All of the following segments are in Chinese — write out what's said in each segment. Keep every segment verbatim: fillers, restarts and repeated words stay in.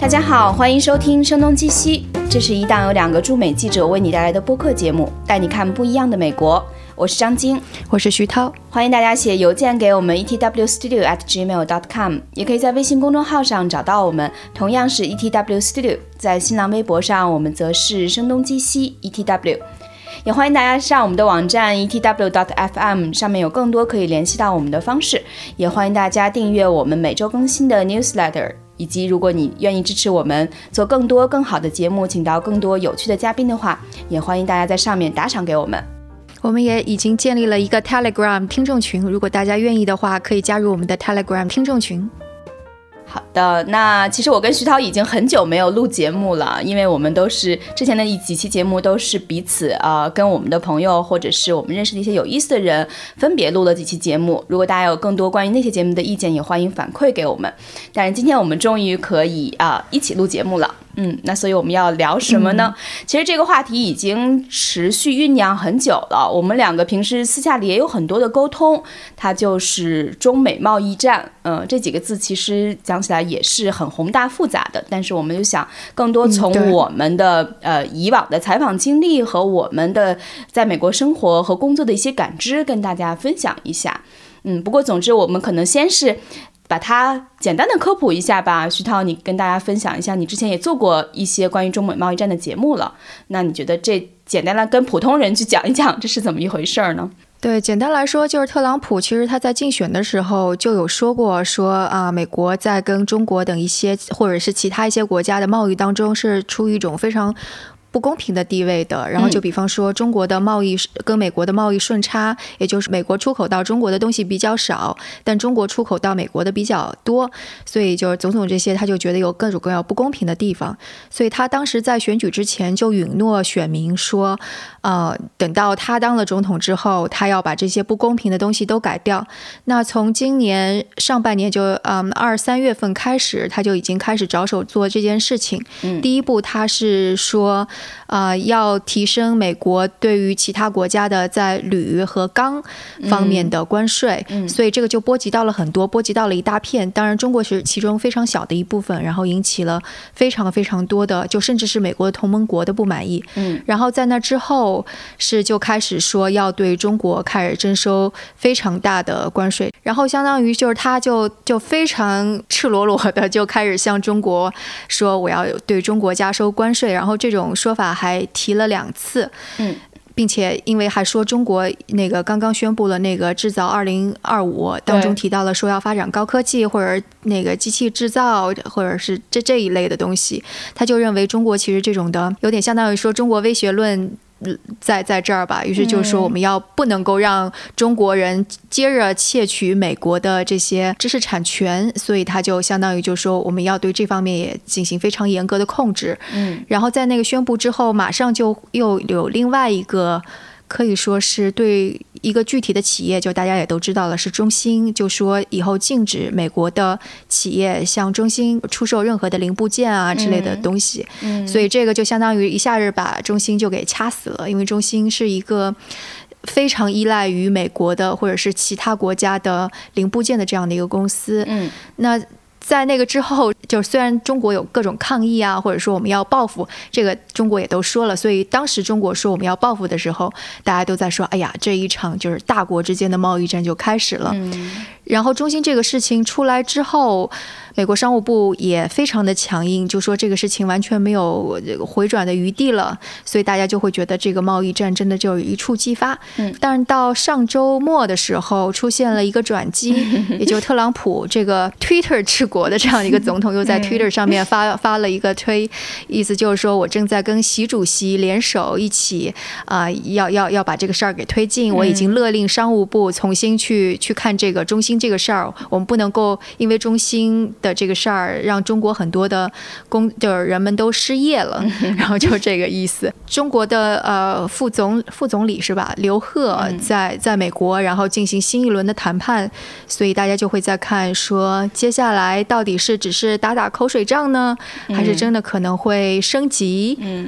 大家好，欢迎收听声东击西，这是一档由两个驻美记者为你带来的播客节目，带你看不一样的美国。我是张晶， 我是徐涛， 欢迎大家写邮件给我们 e t w studio at gmail dot com， 也可以在微信公众号上找到我们，同样是 E T W Studio， 在新浪微博上我们则是声东击西 E T W， 也欢迎大家上我们的网站 e t w dot f m， 上面有更多可以联系到我们的方式，也欢迎大家订阅我们每周更新的 newsletter， 以及如果你愿意支持我们做更多更好的节目，请到更多有趣的嘉宾的话，也欢迎大家在上面打赏给我们。 我们也已经建立了一个 Telegram 听众群，如果大家愿意的话，可以加入我们的 Telegram 听众群。 好的，那其实我跟徐涛已经很久没有录节目了，因为我们都是之前的一几期节目都是彼此呃跟我们的朋友或者是我们认识的一些有意思的人分别录了几期节目，如果大家有更多关于那些节目的意见，也欢迎反馈给我们。但是今天我们终于可以啊、呃、一起录节目了。嗯，那所以我们要聊什么呢？嗯、其实这个话题已经持续酝酿很久了，我们两个平时私下里也有很多的沟通，它就是中美贸易战。嗯、呃，这几个字其实讲起来也是很宏大复杂的，但是我们就想更多从我们的、嗯、呃以往的采访经历和我们的在美国生活和工作的一些感知跟大家分享一下。嗯，不过总之我们可能先是把它简单的科普一下吧。徐涛，你跟大家分享一下，你之前也做过一些关于中美贸易战的节目了，那你觉得这简单的跟普通人去讲一讲，这是怎么一回事呢？ 对，简单来说就是特朗普其实他在竞选的时候就有说过说啊，美国在跟中国等一些或者是其他一些国家的贸易当中是处于一种非常不公平的地位的，然后就比方说中国的贸易跟美国的贸易顺差，也就是美国出口到中国的东西比较少，但中国出口到美国的比较多，所以就是种种这些他就觉得有各种各样不公平的地方，所以他当时在选举之前就允诺选民说呃，等到他当了总统之后，他要把这些不公平的东西都改掉。那从今年上半年就嗯二三月份开始，他就已经开始着手做这件事情。嗯、第一步他是说呃，要提升美国对于其他国家的在铝和钢方面的关税、嗯嗯、所以这个就波及到了很多，波及到了一大片，当然中国是其中非常小的一部分，然后引起了非常非常多的就甚至是美国的同盟国的不满意、嗯、然后在那之后是就开始说要对中国开始征收非常大的关税，然后相当于就是他就就非常赤裸裸的就开始向中国说我要对中国加收关税，然后这种说法还提了两次，嗯，并且因为还说中国那个刚刚宣布了那个制造二零二五当中提到了说要发展高科技或者那个机器制造或者是这这一类的东西，他就认为中国其实这种的有点相当于说中国威胁论在在这儿吧，于是就是说我们要不能够让中国人接着窃取美国的这些知识产权，所以他就相当于就说我们要对这方面也进行非常严格的控制。嗯，然后在那个宣布之后，马上就又有另外一个可以说是对一个具体的企业，就大家也都知道了，是中兴，就说以后禁止美国的企业向中兴出售任何的零部件啊之类的东西、嗯嗯、所以这个就相当于一下子把中兴就给掐死了，因为中兴是一个非常依赖于美国的或者是其他国家的零部件的这样的一个公司。嗯，那在那个之后，就虽然中国有各种抗议啊，或者说我们要报复，这个中国也都说了，所以当时中国说我们要报复的时候，大家都在说哎呀，这一场就是大国之间的贸易战就开始了。嗯，然后中兴这个事情出来之后，美国商务部也非常的强硬，就说这个事情完全没有回转的余地了，所以大家就会觉得这个贸易战真的就一触即发。嗯，但是到上周末的时候出现了一个转机，也就特朗普这个 Twitter 治国的这样一个总统又在 Twitter 上面发发了一个推，意思就是说我正在跟习主席联手一起啊、呃，要要要把这个事儿给推进，我已经勒令商务部重新去去看这个中兴这个事儿，我们不能够因为中兴的这个事儿让中国很多的工就是人们都失业了，然后就这个意思。中国的呃副总副总理是吧，刘鹤在在美国，然后进行新一轮的谈判，所以大家就会在看说接下来到底是只是打打口水仗呢，还是真的可能会升级？嗯。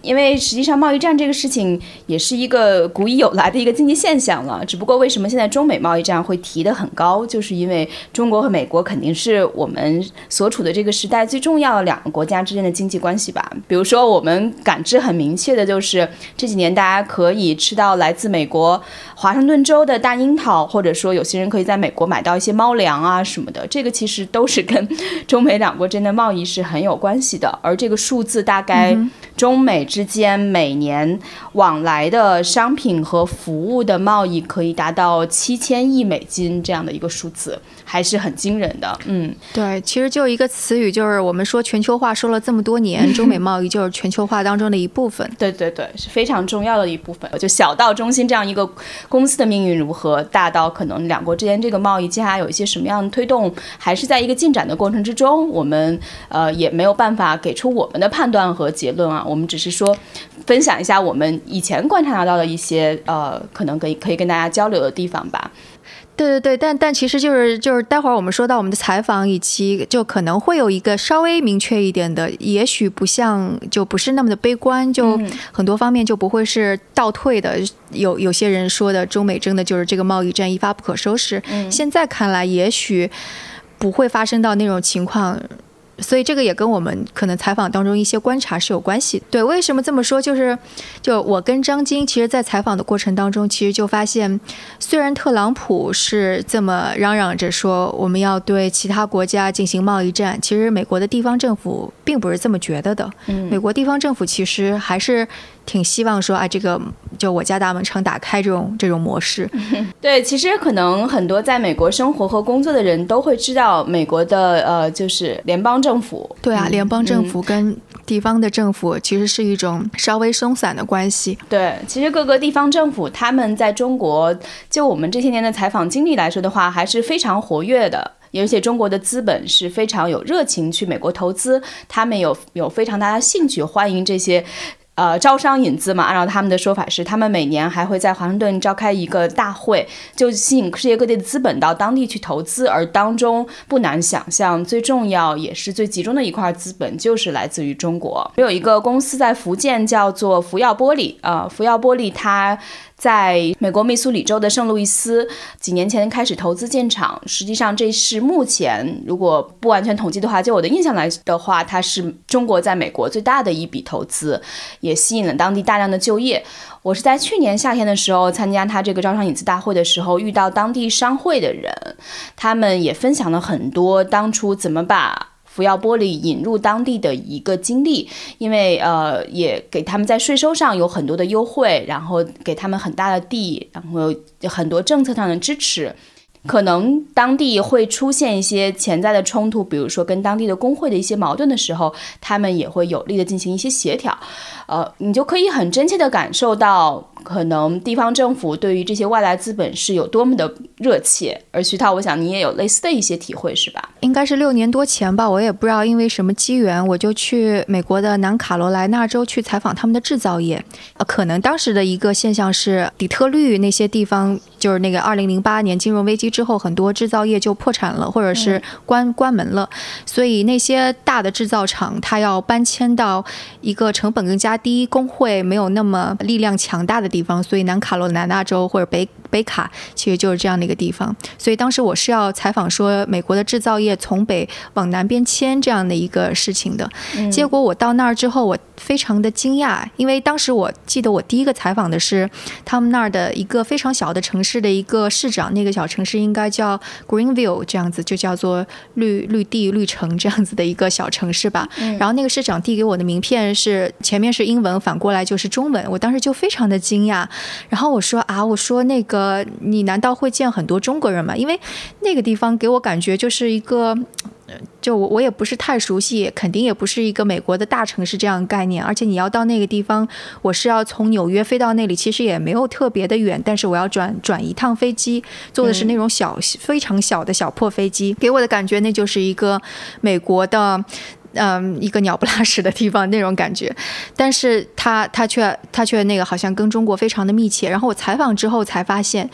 因为实际上贸易战这个事情也是一个古已有来的一个经济现象了，只不过为什么现在中美贸易战会提得很高，就是因为中国和美国肯定是我们所处的这个时代最重要的两个国家之间的经济关系吧。比如说我们感知很明确的就是这几年大家可以吃到来自美国华盛顿州的大樱桃，或者说有些人可以在美国买到一些猫粮啊什么的，这个其实都是跟中美两国之间的贸易是很有关系的。而这个数字大概中美之间每年往来的商品和服务的贸易可以达到七千亿美金这样的一个数字，还是很惊人的。嗯， 对，其实就一个词语，就是我们说全球化说了这么多年，中美贸易就是全球化当中的一部分。 对对对，是非常重要的一部分。就小到中兴这样一个公司的命运如何，大到可能两国之间这个贸易接下来有一些什么样的推动，还是在一个进展的过程之中，我们呃也没有办法给出我们的判断和结论啊。我们只是说分享一下我们以前观察到的一些呃可能可以可以跟大家交流的地方吧。 对对对，但但其实就是就是待会儿我们说到我们的采访，以及就可能会有一个稍微明确一点的，也许不像就不是那么的悲观，就很多方面就不会是倒退的。有有些人说的中美争的就是这个贸易战一发不可收拾，嗯、现在看来也许不会发生到那种情况。所以这个也跟我们可能采访当中一些观察是有关系的。对，为什么这么说？就是就我跟张晶其实在采访的过程当中，其实就发现，虽然特朗普是这么嚷嚷着说我们要对其他国家进行贸易战，其实美国的地方政府并不是这么觉得的。嗯，美国地方政府其实还是挺希望说啊，这个就我家大门常打开这种这种模式。 对，其实可能很多在美国生活和工作的人都会知道，美国的呃就是联邦政府。 对啊，联邦政府跟地方的政府其实是一种稍微松散的关系。 对，其实各个地方政府他们在中国，就我们这些年的采访经历来说的话，还是非常活跃的。而且中国的资本是非常有热情去美国投资，他们有有非常大的兴趣欢迎这些呃，招商引资嘛，按照他们的说法是，他们每年还会在华盛顿召开一个大会，就吸引世界各地的资本到当地去投资。而当中不难想象，最重要也是最集中的一块资本就是来自于中国。有一个公司在福建叫做福耀玻璃啊、呃，福耀玻璃它在美国密苏里州的圣路易斯几年前开始投资建厂，实际上这是目前如果不完全统计的话，就我的印象来的话，它是中国在美国最大的一笔投资，也吸引了当地大量的就业。我是在去年夏天的时候参加他这个招商引资大会的时候，遇到当地商会的人，他们也分享了很多当初怎么把福耀玻璃引入当地的一个经历，因为呃也给他们在税收上有很多的优惠，然后给他们很大的地，然后有很多政策上的支持。可能当地会出现一些潜在的冲突，比如说跟当地的工会的一些矛盾的时候，他们也会有力的进行一些协调。呃，你就可以很真切的感受到，可能地方政府对于这些外来资本是有多么的热切。而徐涛，我想你也有类似的一些体会，是吧？ 应该是六年多前吧，我也不知道因为什么机缘，我就去美国的南卡罗来纳州去采访他们的制造业。呃，可能当时的一个现象是，底特律那些地方，就是那个二零零八年金融危机之后，很多制造业就破产了，或者是关、嗯、关门了，所以那些大的制造厂，它要搬迁到一个成本更加低、工会没有那么力量强大的地方，所以南卡罗来纳州或者北北卡其实就是这样的一个地方。所以当时我是要采访说美国的制造业从北往南边迁这样的一个事情的、嗯、结果我到那儿之后，我非常的惊讶，因为当时我记得我第一个采访的是他们那儿的一个非常小的城市的一个市长，那个小城市应该叫 Greenville， 这样子就叫做绿绿地绿城这样子的一个小城市吧、嗯、然后那个市长递给我的名片是前面是英文，反过来就是中文，我当时就非常的惊讶。然后我说啊，我说那个你难道会见很多中国人吗？因为那个地方给我感觉就是一个就我也不是太熟悉，肯定也不是一个美国的大城市这样的概念，而且你要到那个地方，我是要从纽约飞到那里，其实也没有特别的远，但是我要转转一趟飞机，坐的是那种小、嗯、非常小的小破飞机，给我的感觉那就是一个美国的嗯，一个鸟不拉屎的地方那种感觉，但是他他却他却那个好像跟中国非常的密切。然后我采访之后才发现，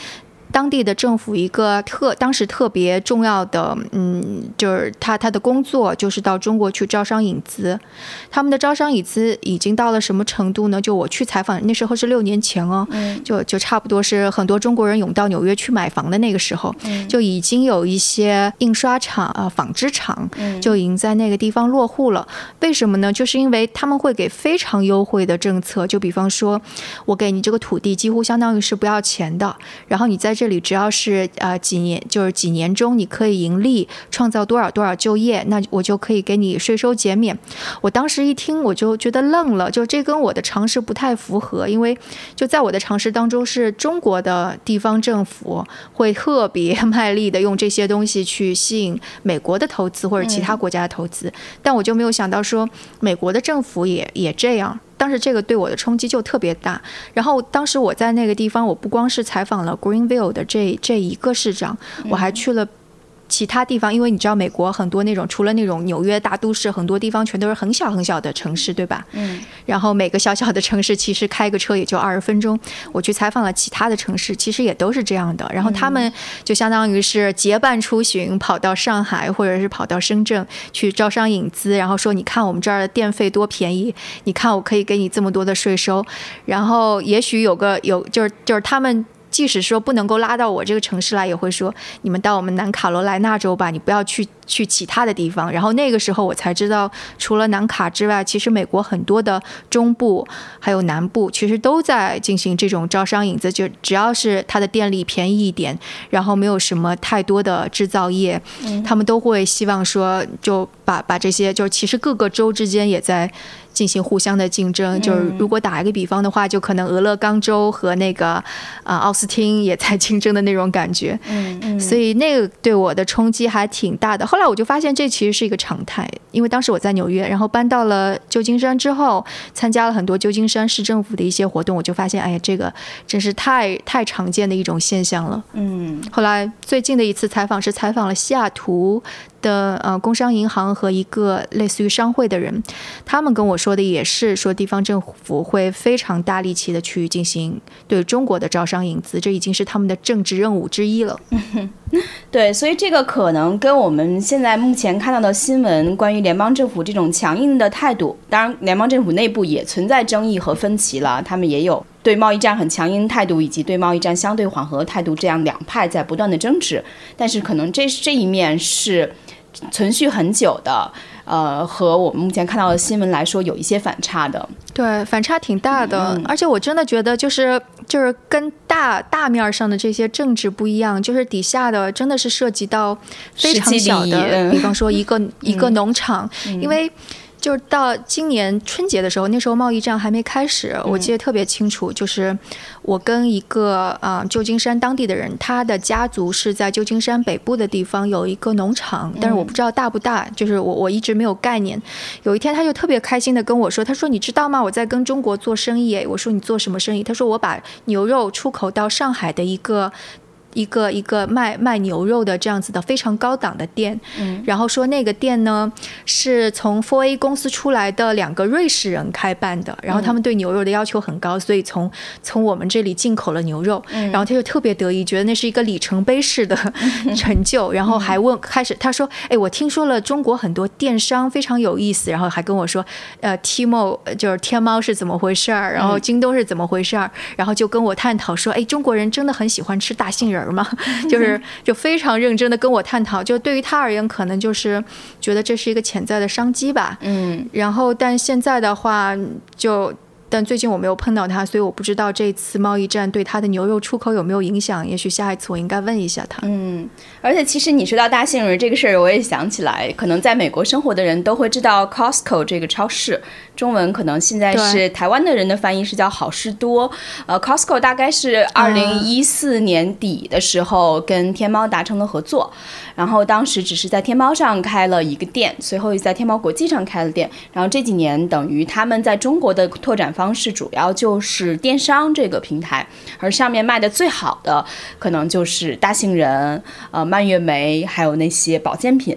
当地的政府一个特当时特别重要的，嗯，就是他他的工作就是到中国去招商引资。他们的招商引资已经到了什么程度呢？就我去采访那时候是六年前哦，嗯、就就差不多是很多中国人涌到纽约去买房的那个时候，嗯、就已经有一些印刷厂啊、呃、纺织厂就已经在那个地方落户了。为什么呢？就是因为他们会给非常优惠的政策，就比方说我给你这个土地几乎相当于是不要钱的，然后你在这里只要是呃几年就是几年中你可以盈利创造多少多少就业，那我就可以给你税收减免。我当时一听我就觉得愣了，就这跟我的常识不太符合，因为就在我的常识当中是中国的地方政府会特别卖力的用这些东西去吸引美国的投资或者其他国家的投资，嗯、但我就没有想到说美国的政府也也这样。当时这个对我的冲击就特别大，然后当时我在那个地方，我不光是采访了 Greenville 的这这一个市长，我还去了其他地方，因为你知道美国很多那种除了那种纽约大都市，很多地方全都是很小很小的城市，对吧？嗯。然后每个小小的城市其实开个车也就二十分钟。我去采访了其他的城市，其实也都是这样的。然后他们就相当于是结伴出行，跑到上海或者是跑到深圳去招商引资，然后说你看我们这儿的电费多便宜，你看我可以给你这么多的税收。然后也许有个有就是就是他们。即使说不能够拉到我这个城市来，也会说你们到我们南卡罗来纳州吧，你不要去去其他的地方。然后那个时候我才知道，除了南卡之外，其实美国很多的中部还有南部其实都在进行这种招商引资，就只要是它的电力便宜一点，然后没有什么太多的制造业，嗯、他们都会希望说就把把这些，就是其实各个州之间也在进行互相的竞争，就是如果打一个比方的话，就可能俄勒冈州和那个啊、呃、奥斯汀也在竞争的那种感觉，嗯嗯，所以那个对我的冲击还挺大的。后来我就发现这其实是一个常态，因为当时我在纽约，然后搬到了旧金山之后，参加了很多旧金山市政府的一些活动，我就发现，哎呀，这个真是太太常见的一种现象了。嗯，后来最近的一次采访是采访了西雅图的呃工商银行和一个类似于商会的人，他们跟我说的也是说地方政府会非常大力气的去进行对中国的招商引资，这已经是他们的政治任务之一了。 对，所以这个可能跟我们现在目前看到的新闻关于联邦政府这种强硬的态度，当然联邦政府内部也存在争议和分歧了，他们也有对贸易战很强硬态度以及对贸易战相对缓和态度，这样两派在不断的争执，但是可能这这一面是存续很久的，呃，和我们目前看到的新闻来说有一些反差的。 对，反差挺大的，嗯、而且我真的觉得就是就是跟大大面上的这些政治不一样，就是底下的真的是涉及到非常小的，嗯、比方说一个、嗯、一个农场，嗯、因为。就是到今年春节的时候，那时候贸易战还没开始，我记得特别清楚，就是我跟一个啊、呃、旧金山当地的人，他的家族是在旧金山北部的地方有一个农场，但是我不知道大不大，就是我我一直没有概念。有一天他就特别开心的跟我说，他说你知道吗？我在跟中国做生意。我说你做什么生意？他说我把牛肉出口到上海的一个。一个一个卖卖牛肉的这样子的非常高档的店，嗯、然后说那个店呢是从 四 A 公司出来的两个瑞士人开办的，然后他们对牛肉的要求很高，所以从从我们这里进口了牛肉，嗯、然后他就特别得意，觉得那是一个里程碑式的成就，嗯、然后还问开始他说，哎，我听说了中国很多电商非常有意思，然后还跟我说，呃 ，Tmall 就是天猫是怎么回事儿，然后京东是怎么回事儿，然后就跟我探讨说，哎，中国人真的很喜欢吃大杏仁吗？就是就非常认真的跟我探讨，就对于他而言可能就是觉得这是一个潜在的商机吧，嗯，然后但现在的话就但最近我没有碰到他，所以我不知道这次贸易战对他的牛肉出口有没有影响，也许下一次我应该问一下他。 嗯，而且其实你说到大杏仁这个事儿，我也想起来，可能在美国生活的人都会知道 Costco 这个超市，中文可能现在是台湾的人的翻译是叫好事多。呃 Costco 大概是二零一四年底的时候跟天猫达成了合作，然后当时只是在天猫上开了一个店，随后又在天猫国际上开了店，然后这几年等于他们在中国的拓展方式主要就是电商这个平台，而上面卖的最好的可能就是大杏仁、呃蔓越莓，还有那些保健品。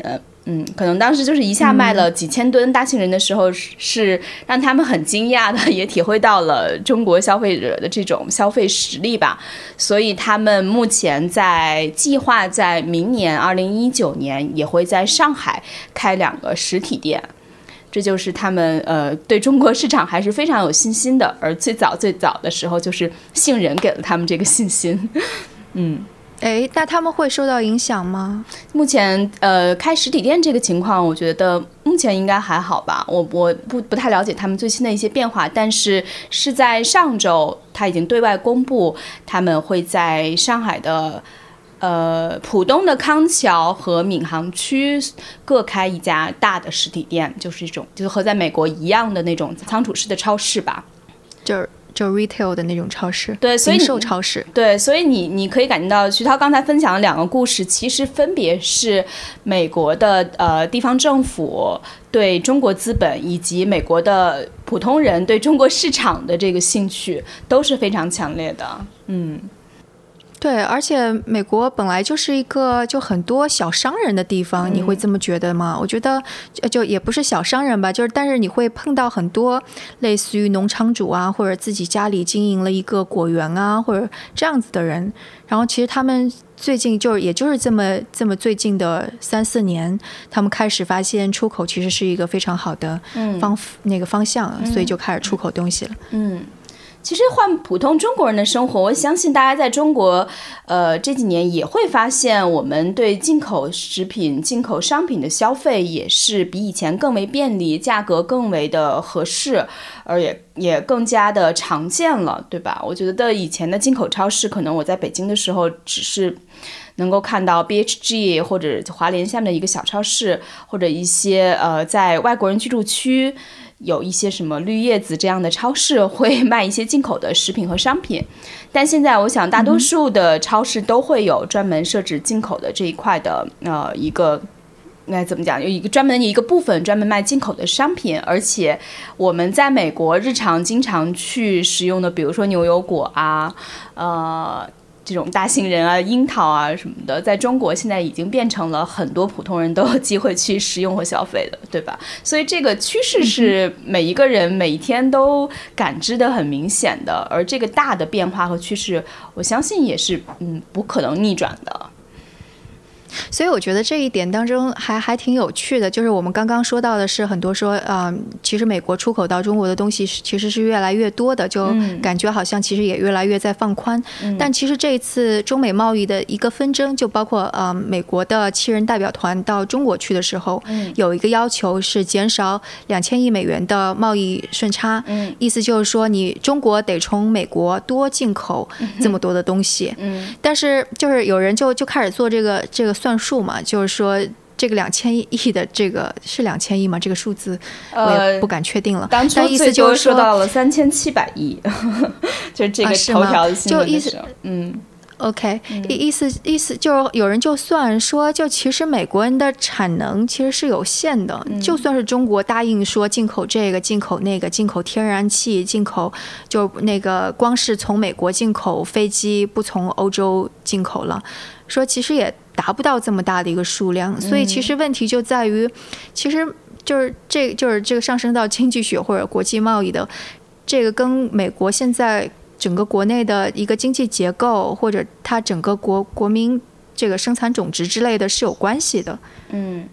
嗯，可能当时就是一下卖了几千吨大杏仁的时候，是让他们很惊讶的，也体会到了中国消费者的这种消费实力吧。所以他们目前在计划在明年二零一九年也会在上海开两个实体店。这就是他们呃对中国市场还是非常有信心的，而最早最早的时候就是杏仁给了他们这个信心。嗯。 哎，那他们会受到影响吗？ 目前，呃，开实体店这个情况，我觉得目前应该还好吧。我我不不太了解他们最新的一些变化，但是是在上周，他已经对外公布，他们会在上海的呃浦东的康桥和闵行区各开一家大的实体店，就是一种就是和在美国一样的那种仓储式的超市吧， 就是。就 retail 的那种超市， 对，所以零售超市， 对，所以你你可以感觉到徐涛刚才分享的两个故事，其实分别是美国的呃地方政府对中国资本以及美国的普通人对中国市场的这个兴趣都是非常强烈的，嗯。 对，而且美国本来就是一个就很多小商人的地方，嗯、你会这么觉得吗？我觉得就也不是小商人吧，就是但是你会碰到很多类似于农场主啊，或者自己家里经营了一个果园啊，或者这样子的人。然后其实他们最近就是也就是这么这么最近的三四年，他们开始发现出口其实是一个非常好的方、嗯、那个方向，所以就开始出口东西了。 嗯。其实换普通中国人的生活，我相信大家在中国呃这几年也会发现，我们对进口食品进口商品的消费也是比以前更为便利，价格更为的合适，而也也更加的常见了，对吧？我觉得以前的进口超市，可能我在北京的时候只是能够看到 B H G 或者华联下面的一个小超市，或者一些呃在外国人居住区有一些什么绿叶子这样的超市会卖一些进口的食品和商品，但现在我想大多数的超市都会有专门设置进口的这一块的呃一个该怎么讲，有一个专门一个部分专门卖进口的商品，而且我们在美国日常经常去食用的，比如说牛油果啊，呃。这种大杏仁啊、樱桃啊什么的，在中国现在已经变成了很多普通人都有机会去食用和消费的，对吧？所以这个趋势是每一个人每一天都感知的很明显的，而这个大的变化和趋势，我相信也是嗯不可能逆转的。 所以我觉得这一点当中还还挺有趣的，就是我们刚刚说到的是很多说，嗯、呃，其实美国出口到中国的东西其实是越来越多的，就感觉好像其实也越来越在放宽。嗯、但其实这一次中美贸易的一个纷争，就包括呃美国的七人代表团到中国去的时候，嗯、有一个要求是减少两千亿美元的贸易顺差，嗯、意思就是说你中国得从美国多进口这么多的东西。嗯、但是就是有人就就开始做这个这个。算数嘛，就是说这个两千亿的这个是两千亿吗？这个数字我也不敢确定了。呃、 当初最多说到了三千七百亿，就是这个头条的新闻的时候，嗯。 OK，、嗯、意思意思就是有人就算说，就其实美国人的产能其实是有限的，嗯、就算是中国答应说进口这个、进口那个、进口天然气、进口就那个，光是从美国进口飞机，不从欧洲进口了，说其实也达不到这么大的一个数量，所以其实问题就在于，其实就是这就是这个上升到经济学或者国际贸易的，这个跟美国现在。整个国内的一个经济结构，或者它整个国国民这个生产总值之类的是有关系的。 嗯，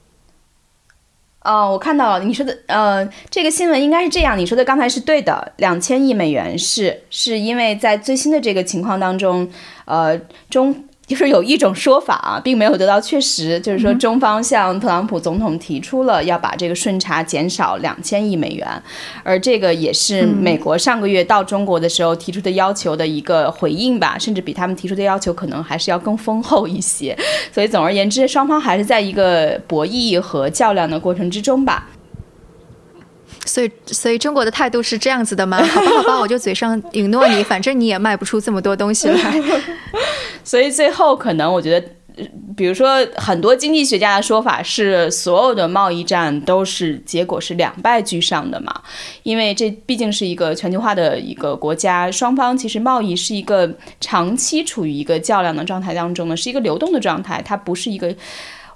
哦，我看到了你说的，呃，这个新闻应该是这样，你说的刚才是对的，两千亿美元是是因为在最新的这个情况当中，呃，中。就是有一种说法啊，并没有得到确实，就是说中方向特朗普总统提出了要把这个顺差减少两千亿美元，而这个也是美国上个月到中国的时候提出的要求的一个回应吧，甚至比他们提出的要求可能还是要更丰厚一些。所以总而言之，双方还是在一个博弈和较量的过程之中吧。 所以，所以中国的态度是这样子的吗？好吧，好吧，我就嘴上允诺你，反正你也卖不出这么多东西来。 所以最后可能我觉得，比如说很多经济学家的说法是，所有的贸易战都是结果是两败俱伤的嘛，因为这毕竟是一个全球化的一个国家，双方其实贸易是一个长期处于一个较量的状态当中的，是一个流动的状态，它不是一个。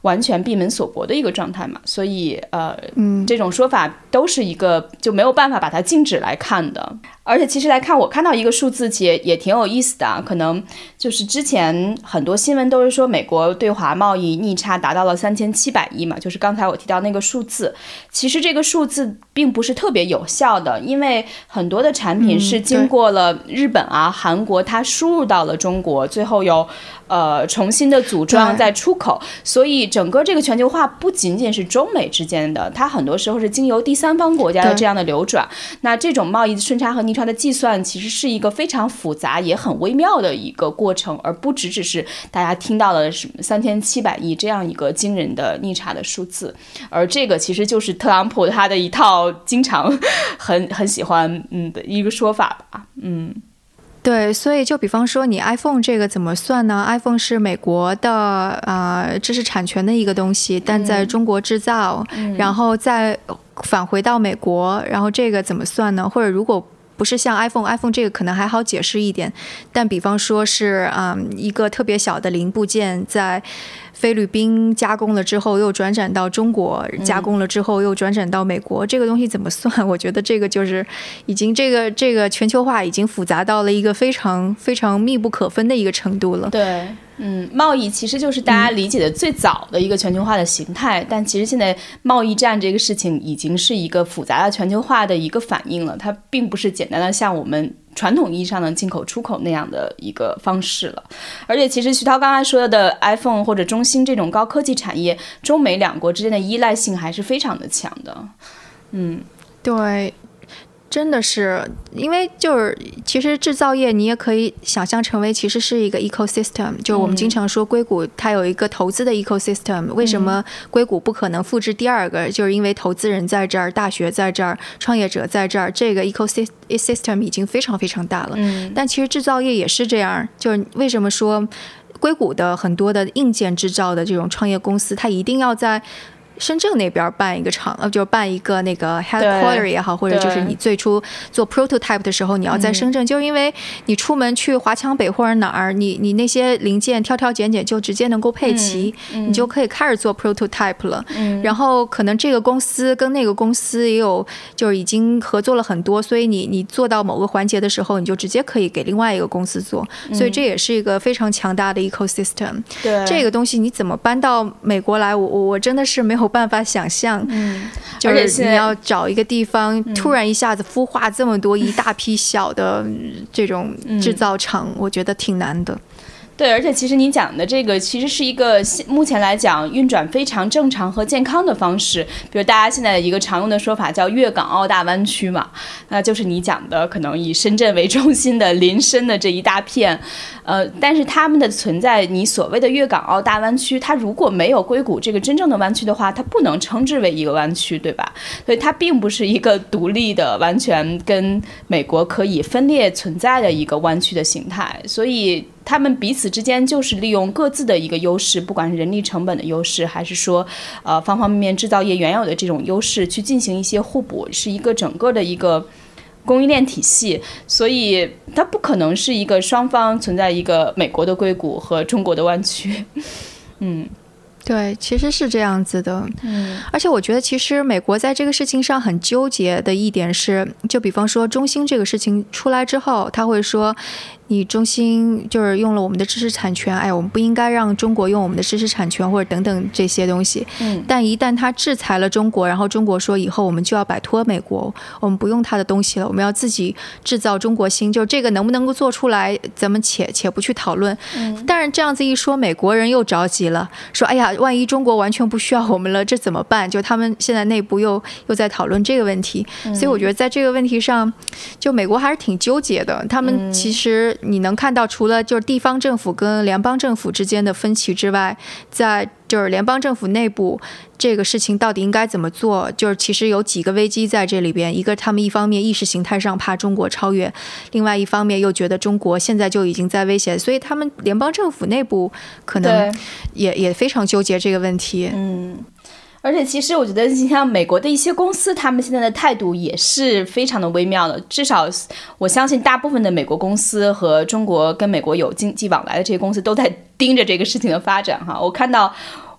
完全闭门锁国的一个状态嘛，所以呃，嗯，这种说法都是一个就没有办法把它禁止来看的。而且其实来看，我看到一个数字也也挺有意思的啊，可能就是之前很多新闻都是说美国对华贸易逆差达到了三千七百亿嘛，就是刚才我提到那个数字。其实这个数字并不是特别有效的，因为很多的产品是经过了日本啊、嗯、韩国，它输入到了中国，最后有呃重新的组装再出口，所以整个这个全球化不仅仅是中美之间的，它很多时候是经由第三方国家的这样的流转。那这种贸易顺差和逆差的计算其实是一个非常复杂也很微妙的一个过程，而不只只是大家听到了什么三千七百亿这样一个惊人的逆差的数字。而这个其实就是特朗普他的一套经常很很喜欢嗯的一个说法吧。嗯， 对，所以就比方说你 iPhone 这个怎么算呢？ iPhone 是美国的呃知识产权的一个东西，但在中国制造、嗯、然后再返回到美国，然后这个怎么算呢？或者如果不是像 iPhone iPhone 这个可能还好解释一点，但比方说是嗯一个特别小的零部件在菲律宾加工了之后又转展到中国，加工了之后又转展到美国、嗯、这个东西怎么算？我觉得这个就是已经这个这个全球化已经复杂到了一个非常非常密不可分的一个程度了。 对，嗯，贸易其实就是大家理解的最早的一个全球化的形态、嗯、但其实现在贸易战这个事情已经是一个复杂的全球化的一个反应了，它并不是简单的像我们传统意义上的进口出口那样的一个方式了。而且其实徐涛刚才说的 iPhone 或者中兴这种高科技产业，中美两国之间的依赖性还是非常的强的。嗯， 对，真的是，因为就是其实制造业你也可以想象成为其实是一个 ecosystem， 就是我们经常说硅谷它有一个投资的 ecosystem、嗯、为什么硅谷不可能复制第二个，就是因为投资人在这儿，大学在这儿，创业者在这儿，这个 ecosystem 已经非常非常大了、嗯、但其实制造业也是这样，就是为什么说硅谷的很多的硬件制造的这种创业公司，它一定要在深圳那边办一个厂，呃，就办一个那个 headquarter 也好，或者就是你最初做 prototype 的时候，你要在深圳，就是因为你出门去华强北或者哪儿，你你那些零件挑挑拣拣就直接能够配齐、嗯嗯，你就可以开始做 prototype 了、嗯。然后可能这个公司跟那个公司也有，就是已经合作了很多，所以你你做到某个环节的时候，你就直接可以给另外一个公司做，所以这也是一个非常强大的 ecosystem。对，这个东西你怎么搬到美国来，我我真的是没有办法想象，嗯，就是你要找一个地方、嗯、突然一下子孵化这么多一大批小的这种制造厂、嗯、我觉得挺难的。 对，而且其实你讲的这个其实是一个目前来讲运转非常正常和健康的方式，比如大家现在一个常用的说法叫粤港澳大湾区嘛，那就是你讲的可能以深圳为中心的林深的这一大片，呃，但是他们的存在，你所谓的粤港澳大湾区，它如果没有硅谷这个真正的湾区的话，它不能称之为一个湾区，对吧？所以它并不是一个独立的完全跟美国可以分裂存在的一个湾区的形态，所以他们彼此之间就是利用各自的一个优势，不管是人力成本的优势，还是说呃方方面面制造业原有的这种优势，去进行一些互补，是一个整个的一个供应链体系，所以它不可能是一个双方存在一个美国的硅谷和中国的湾区。嗯， 对，其实是这样子的。嗯，而且我觉得其实美国在这个事情上很纠结的一点是，就比方说中兴这个事情出来之后，他会说你中兴就是用了我们的知识产权，哎，我们不应该让中国用我们的知识产权或者等等这些东西。嗯，但一旦他制裁了中国，然后中国说以后我们就要摆脱美国，我们不用他的东西了，我们要自己制造中国芯，就这个能不能够做出来，咱们且且不去讨论。嗯，但是这样子一说，美国人又着急了，说哎呀，万一中国完全不需要我们了，这怎么办？就他们现在内部又又在讨论这个问题，嗯，所以我觉得在这个问题上，就美国还是挺纠结的。他们其实你能看到，除了就是地方政府跟联邦政府之间的分歧之外，在就是联邦政府内部这个事情到底应该怎么做，就是其实有几个危机在这里边。一个他们一方面意识形态上怕中国超越，另外一方面又觉得中国现在就已经在威胁，所以他们联邦政府内部可能也也非常纠结这个问题。 嗯，而且其实我觉得你像美国的一些公司，他们现在的态度也是非常的微妙的，至少我相信大部分的美国公司和中国跟美国有经济往来的这些公司都在盯着这个事情的发展哈。我看到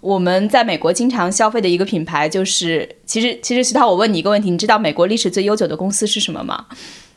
我们在美国经常消费的一个品牌就是，其实其实徐涛，我问你一个问题，你知道美国历史最悠久的公司是什么吗？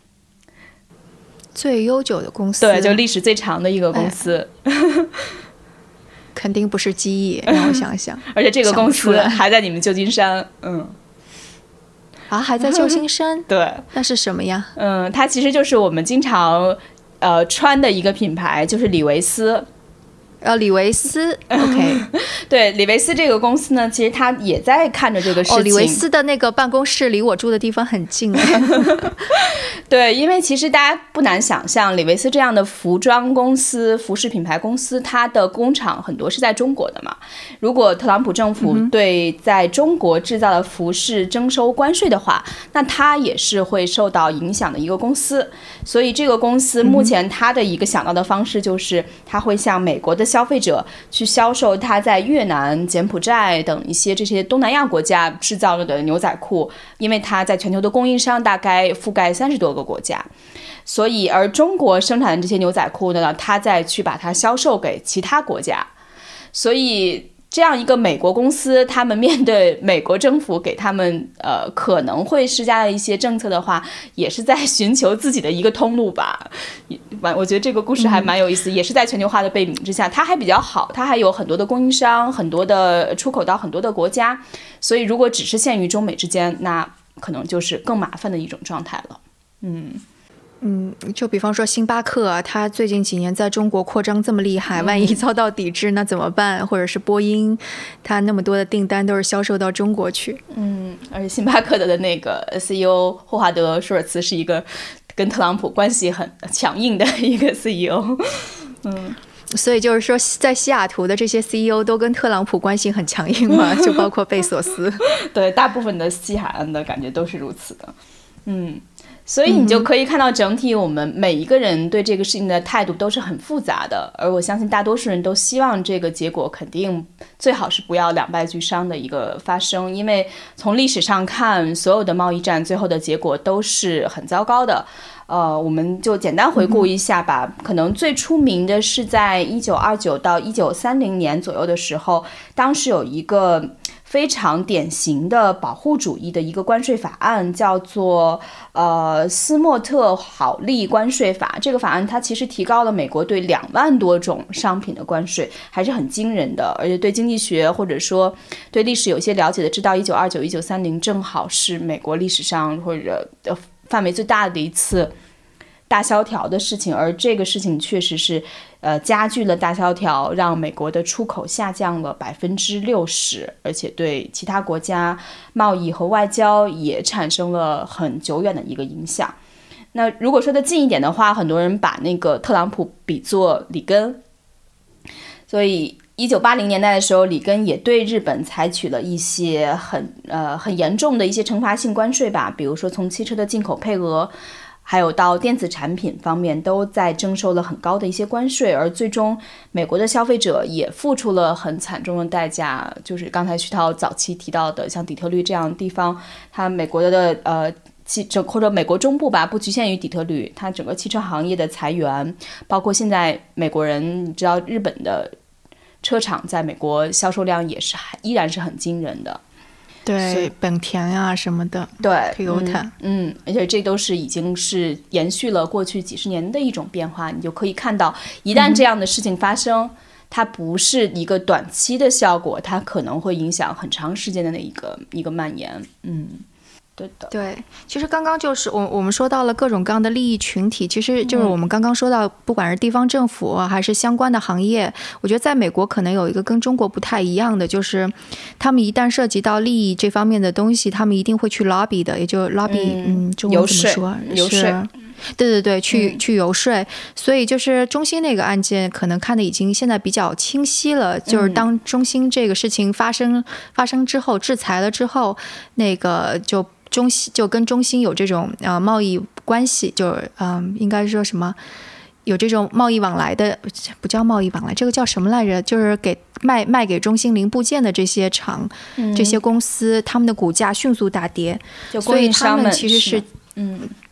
最悠久的公司， 对，就历史最长的一个公司。哎肯定不是记忆，让我想想。 而且这个公司还在你们旧金山，嗯， 啊，还在旧金山？ 对， 那是什么呀？ 嗯，它其实就是我们经常呃穿的一个品牌，就是李维斯。 呃，李维斯 ，OK， 对，李维斯这个公司呢，其实他也在看着这个事情。 哦，李维斯的那个办公室离我住的地方很近。 对，因为其实大家不难想象，李维斯这样的服装公司、服饰品牌公司，它的工厂很多是在中国的嘛。如果特朗普政府对在中国制造的服饰征收关税的话，那它也是会受到影响的一个公司。所以这个公司目前它的一个想到的方式就是，它会向美国的消费者去销售它在越南、柬埔寨等一些这些东南亚国家制造的牛仔裤，因为它在全球的供应商大概覆盖三十多个国家，所以而中国生产的这些牛仔裤呢，它再去把它销售给其他国家，所以这样一个美国公司，他们面对美国政府给他们呃可能会施加的一些政策的话，也是在寻求自己的一个通路吧。我觉得这个故事还蛮有意思，嗯、也是在全球化的背景之下，它还比较好，它还有很多的供应商，很多的出口到很多的国家，所以如果只是限于中美之间，那可能就是更麻烦的一种状态了。嗯。 嗯，就比方说星巴克，它最近几年在中国扩张这么厉害，万一遭到抵制那怎么办？或者是波音，它那么多的订单都是销售到中国去。 嗯，而且星巴克的那个 C E O 霍华德·舒尔茨是一个跟特朗普关系很强硬的一个 C E O。嗯。 所以就是说，在西雅图的这些 C E O 都跟特朗普关系很强硬嘛，就包括贝索斯。 对，大部分的西海岸的感觉都是如此的。嗯。所以你就可以看到整体我们每一个人对这个事情的态度都是很复杂的，而我相信大多数人都希望这个结果肯定最好是不要两败俱伤的一个发生，因为从历史上看，所有的贸易战最后的结果都是很糟糕的。呃，我们就简单回顾一下吧。可能最出名的是在一九二九到一九三零年左右的时候，当时有一个非常典型的保护主义的一个关税法案，叫做呃斯莫特好利关税法。这个法案它其实提高了美国对两万多种商品的关税，还是很惊人的。而且对经济学或者说对历史有些了解的，知道一九二九、一九三零正好是美国历史上或者呃范围最大的一次大萧条的事情，而这个事情确实是呃加剧了大萧条，让美国的出口下降了百分之六十，而且对其他国家贸易和外交也产生了很久远的一个影响。那如果说的近一点的话，很多人把那个特朗普比作里根，所以一九八零年代的时候，里根也对日本采取了一些很呃很严重的一些惩罚性关税吧，比如说从汽车的进口配额，还有到电子产品方面，都在征收了很高的一些关税，而最终美国的消费者也付出了很惨重的代价，就是刚才徐涛早期提到的，像底特律这样的地方，它美国的呃汽或者美国中部吧，不局限于底特律，它整个汽车行业的裁员，包括现在美国人，你知道日本的车厂在美国销售量也是依然是很惊人的， 对，本田啊什么的， 对 Toyota， 嗯, 嗯，而且这都是已经是延续了过去几十年的一种变化。你就可以看到，一旦这样的事情发生，嗯、它不是一个短期的效果，它可能会影响很长时间的那一个一个蔓延，嗯。对的， 对，其实刚刚就是我我们说到了各种各样的利益群体，其实就是我们刚刚说到，不管是地方政府还是相关的行业，我觉得在美国可能有一个跟中国不太一样的，就是他们一旦涉及到利益这方面的东西，他们一定会去 lobby 的，也就 lobby， 嗯，中文怎么说？ 游说。 对对对，去、嗯、去游说，所以就是中兴那个案件，可能看的已经现在比较清晰了。就是当中兴这个事情发生、嗯、发生之后，制裁了之后，那个就中兴就跟中兴有这种呃贸易关系，就是嗯、呃，应该说什么有这种贸易往来的，不叫贸易往来，这个叫什么来着？就是给卖卖给中兴零部件的这些厂、嗯、这些公司，他们的股价迅速大跌， 就供应商们所以他们其实是嗯。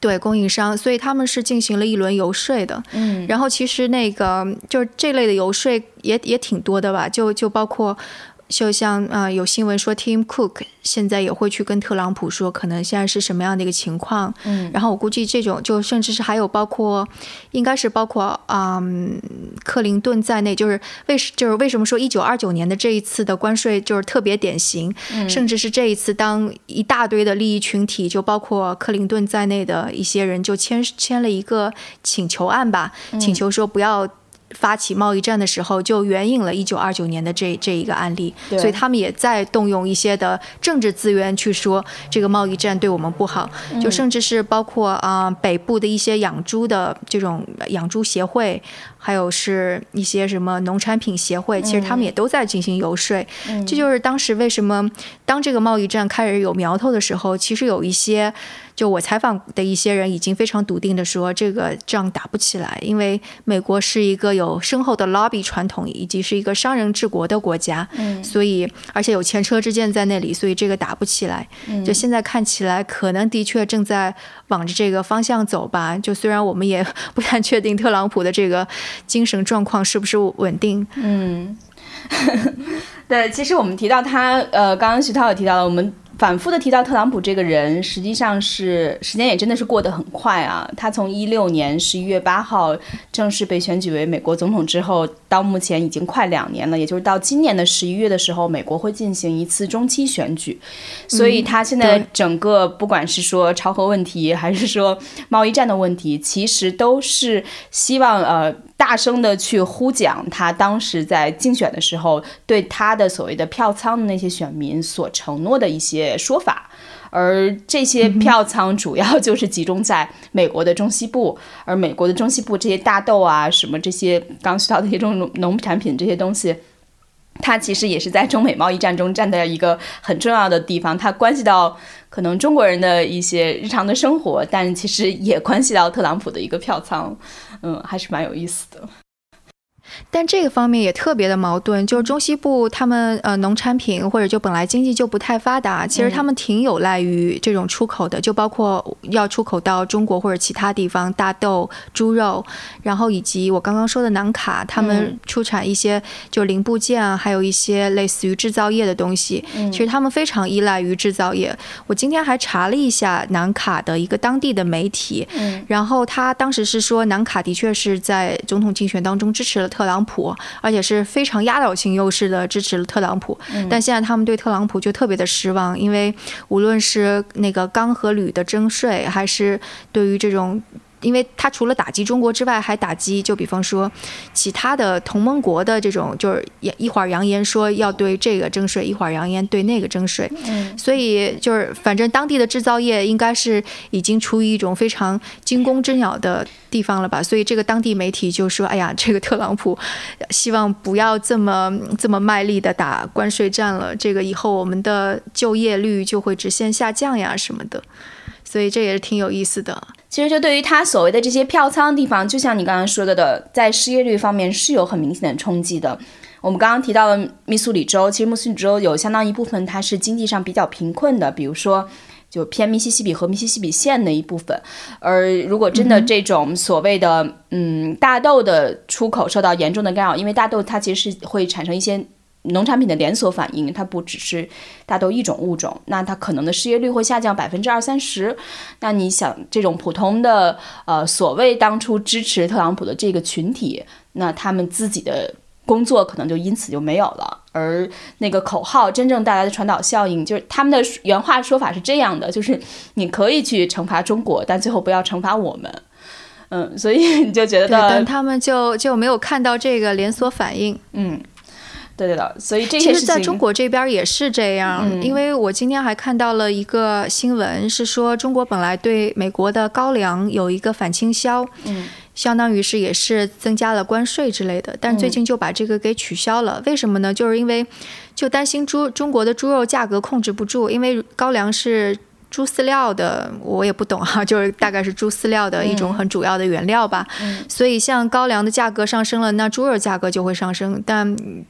对，供应商，所以他们是进行了一轮游说的。 嗯， 然后其实那个就是这类的游说也也挺多的吧，就就包括。就像呃有新闻说 Tim Cook 现在也会去跟特朗普说可能现在是什么样的一个情况， 嗯， 然后我估计这种就甚至是还有包括应该是包括嗯克林顿在内，就是为就是为什么说一九二九年的这一次的关税就是特别典型， 嗯， 甚至是这一次当一大堆的利益群体就包括克林顿在内的一些人就签签了一个请求案吧， 嗯， 请求说不要发起贸易战的时候，就援引了一九二九年的这这一个案例，所以他们也在动用一些的政治资源去说这个贸易战对我们不好， 嗯、 就甚至是包括啊、呃、北部的一些养猪的这种养猪协会，还有是一些什么农产品协会，其实他们也都在进行游说。 嗯、 这就是当时为什么当这个贸易战开始有苗头的时候，其实有一些。就我采访的一些人已经非常笃定的说，这个仗打不起来，因为美国是一个有深厚的 lobby 传统，以及是一个商人治国的国家， 嗯， 所以而且有前车之鉴在那里，所以这个打不起来。 嗯， 就现在看起来，可能的确正在往着这个方向走吧。就虽然我们也不太确定特朗普的这个精神状况是不是稳定， 嗯，对，其实我们提到他，呃，刚刚徐涛也提到了，我们。反复的提到特朗普这个人，实际上是时间也真的是过得很快啊。他从一六年十一月八号正式被选举为美国总统之后，到目前已经快两年了，也就是到今年的十一月的时候，美国会进行一次中期选举。所以他现在整个不管是说朝核问题，还是说贸易战的问题，其实都是希望呃。大声的去呼讲他当时在竞选的时候对他的所谓的票仓的那些选民所承诺的一些说法，而这些票仓主要就是集中在美国的中西部，而美国的中西部这些大豆啊什么这些刚提到的一些农农产品这些东西，它其实也是在中美贸易战中站在一个很重要的地方，它关系到可能中国人的一些日常的生活，但其实也关系到特朗普的一个票仓，嗯，还是蛮有意思的。 但这个方面也特别的矛盾，就是中西部他们呃农产品或者就本来经济就不太发达，其实他们挺有赖于这种出口的，就包括要出口到中国或者其他地方大豆、猪肉，然后以及我刚刚说的南卡，他们出产一些就零部件啊，还有一些类似于制造业的东西，其实他们非常依赖于制造业。我今天还查了一下南卡的一个当地的媒体，然后他当时是说南卡的确是在总统竞选当中支持了特朗普，而且是非常压倒性优势的支持了特朗普， 嗯、 但现在他们对特朗普就特别的失望，因为无论是那个钢和铝的征税，还是对于这种因为他除了打击中国之外，还打击就比方说其他的同盟国的这种，就是一会儿扬言说要对这个征税，一会儿扬言对那个征税， 嗯， 所以就是反正当地的制造业应该是已经处于一种非常惊弓之鸟的地方了吧，所以这个当地媒体就说，哎呀，这个特朗普希望不要这么这么卖力的打关税战了，这个以后我们的就业率就会直线下降呀什么的，所以这也是挺有意思的。 其实就对于他所谓的这些票仓的地方，就像你刚刚说的的，在失业率方面是有很明显的冲击的。我们刚刚提到了密苏里州，其实密苏里州有相当一部分它是经济上比较贫困的，比如说就偏密西西比和密西西比县的一部分。而如果真的这种所谓的嗯大豆的出口受到严重的干扰，因为大豆它其实是会产生一些农产品的连锁反应，它不只是大豆一种物种，那它可能的失业率会下降百分之二三十。那你想，这种普通的呃所谓当初支持特朗普的这个群体，那他们自己的工作可能就因此就没有了。而那个口号真正带来的传导效应，就是他们的原话说法是这样的，就是你可以去惩罚中国，但最后不要惩罚我们。嗯，所以你就觉得， 对，但他们就就没有看到这个连锁反应。 嗯。对对的，所以这些事情其实在中国这边也是这样、嗯、因为我今天还看到了一个新闻，是说中国本来对美国的高粱有一个反倾销、 嗯、 相当于是也是增加了关税之类的，但最近就把这个给取消了、嗯、为什么呢？就是因为就担心猪中国的猪肉价格控制不住，因为高粱是猪饲料的，我也不懂哈，就是大概是猪饲料的一种很主要的原料吧、 嗯、 所以像高粱的价格上升了，那猪肉价格就会上升，但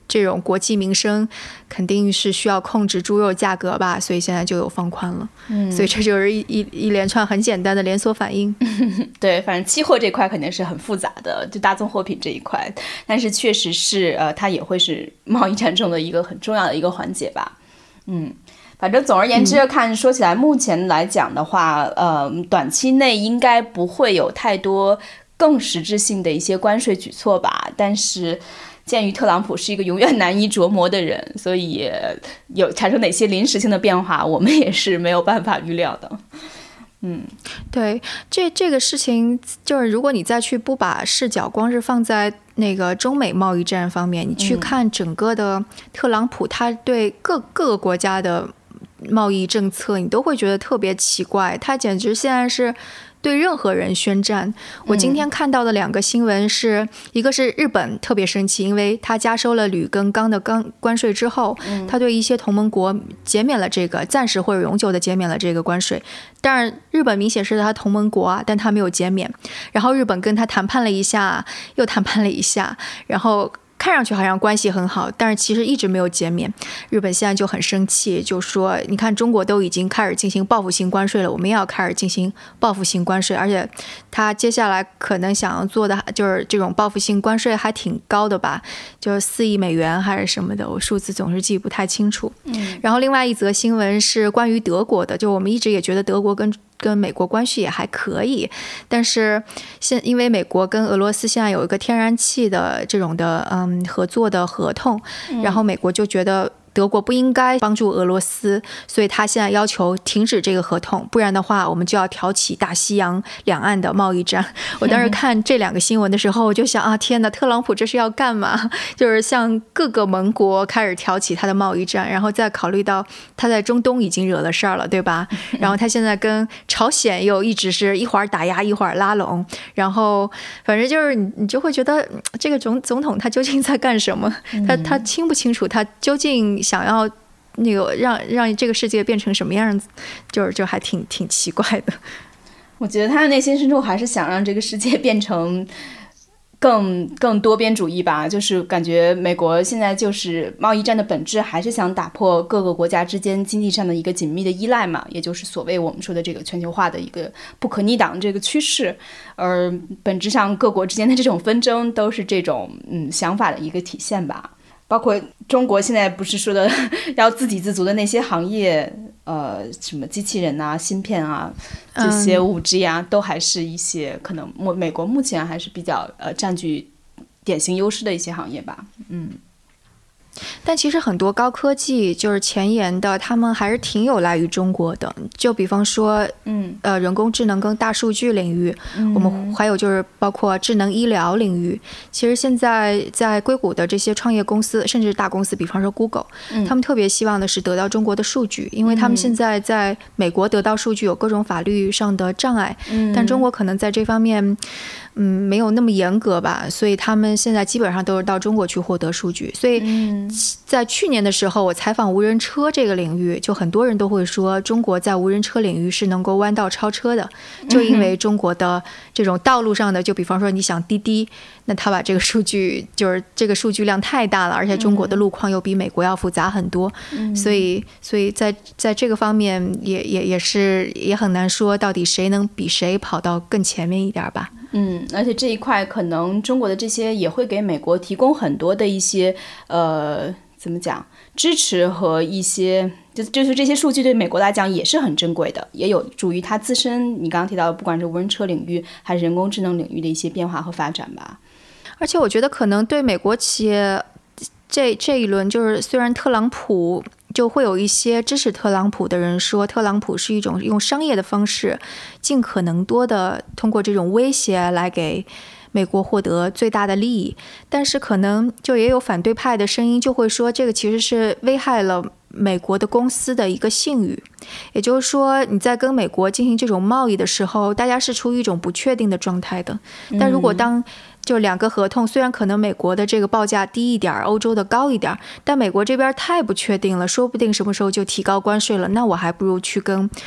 这种国计民生肯定是需要控制猪肉价格吧，所以现在就有放宽了。嗯，所以这就是一一一连串很简单的连锁反应。 对，反正期货这块肯定是很复杂的，就大宗货品这一块，但是确实是呃，它也会是贸易战中的一个很重要的一个环节吧。嗯。反正总而言之看，说起来目前来讲的话，呃，短期内应该不会有太多更实质性的一些关税举措吧。但是鉴于特朗普是一个永远难以琢磨的人，所以有产生哪些临时性的变化，我们也是没有办法预料的。嗯， 对，这这个事情就是，如果你再去不把视角光是放在那个中美贸易战方面，你去看整个的特朗普他对各各个国家的贸易政策，你都会觉得特别奇怪，他简直现在是对任何人宣战。我今天看到的两个新闻是、嗯、一个是日本特别生气，因为他加收了铝跟钢的钢关税之后、嗯、他对一些同盟国减免了这个暂时或者永久的减免了这个关税，当然日本明显是他同盟国啊，但他没有减免，然后日本跟他谈判了一下又谈判了一下，然后看上去好像关系很好，但是其实一直没有减免。日本现在就很生气，就说你看中国都已经开始进行报复性关税了，我们也要开始进行报复性关税，而且他接下来可能想要做的就是这种报复性关税还挺高的吧，就是四亿美元还是什么的，我数字总是记不太清楚。嗯，然后另外一则新闻是关于德国的，就我们一直也觉得德国跟跟美国关系也还可以，但是现因为美国跟俄罗斯现在有一个天然气的这种的嗯合作的合同，然后美国就觉得德国不应该帮助俄罗斯，所以他现在要求停止这个合同，不然的话我们就要挑起大西洋两岸的贸易战。我当时看这两个新闻的时候，我就想啊，天哪，特朗普这是要干嘛？就是向各个盟国开始挑起他的贸易战，然后再考虑到他在中东已经惹了事儿了，对吧？然后他现在跟朝鲜又一直是一会儿打压一会儿拉拢，然后反正就是你你就会觉得这个总总统他究竟在干什么？他他清不清楚他究竟想要那个让让这个世界变成什么样子，就是就还挺挺奇怪的。 我觉得他的内心深处还是想让这个世界变成更更多边主义吧，就是感觉美国现在就是贸易战的本质还是想打破各个国家之间经济上的一个紧密的依赖嘛，也就是所谓我们说的这个全球化的一个不可逆挡这个趋势，而本质上各国之间的这种纷争都是这种嗯想法的一个体现吧。包括中国现在不是说的要自给自足的那些行业，呃，什么机器人啊、芯片啊，这些 五 G 啊，嗯、都还是一些可能美国目前还是比较呃占据典型优势的一些行业吧，嗯。 但其实很多高科技就是前沿的，他们还是挺有赖于中国的。就比方说，嗯，呃，人工智能跟大数据领域，嗯、我们还有就是包括智能医疗领域。其实现在在硅谷的这些创业公司，甚至大公司，比方说 Google，嗯、他们特别希望的是得到中国的数据，因为他们现在在美国得到数据有各种法律上的障碍，嗯、但中国可能在这方面。嗯，没有那么严格吧，所以他们现在基本上都是到中国去获得数据。所以在去年的时候，我采访无人车这个领域，就很多人都会说，中国在无人车领域是能够弯道超车的，就因为中国的这种道路上的，就比方说你想滴滴，那他把这个数据就是这个数据量太大了，而且中国的路况又比美国要复杂很多，所以所以在在这个方面也也也是也很难说到底谁能比谁跑到更前面一点吧。 嗯，而且这一块可能中国的这些也会给美国提供很多的一些呃怎么讲支持和一些就就是这些数据对美国来讲也是很珍贵的，也有助于它自身你刚刚提到的不管是无人车领域还是人工智能领域的一些变化和发展吧。 而且我觉得可能对美国企业这这一轮就是虽然特朗普就会有一些支持特朗普的人说，特朗普是一种用商业的方式尽可能多的通过这种威胁来给美国获得最大的利益，但是可能就也有反对派的声音就会说，这个其实是危害了美国的公司的一个信誉。也就是说你在跟美国进行这种贸易的时候，大家是处于一种不确定的状态的，但如果当就两个合同虽然可能美国的这个报价低一点，欧洲的高一点，但美国这边太不确定了，说不定什么时候就提高关税了，那我还不如去跟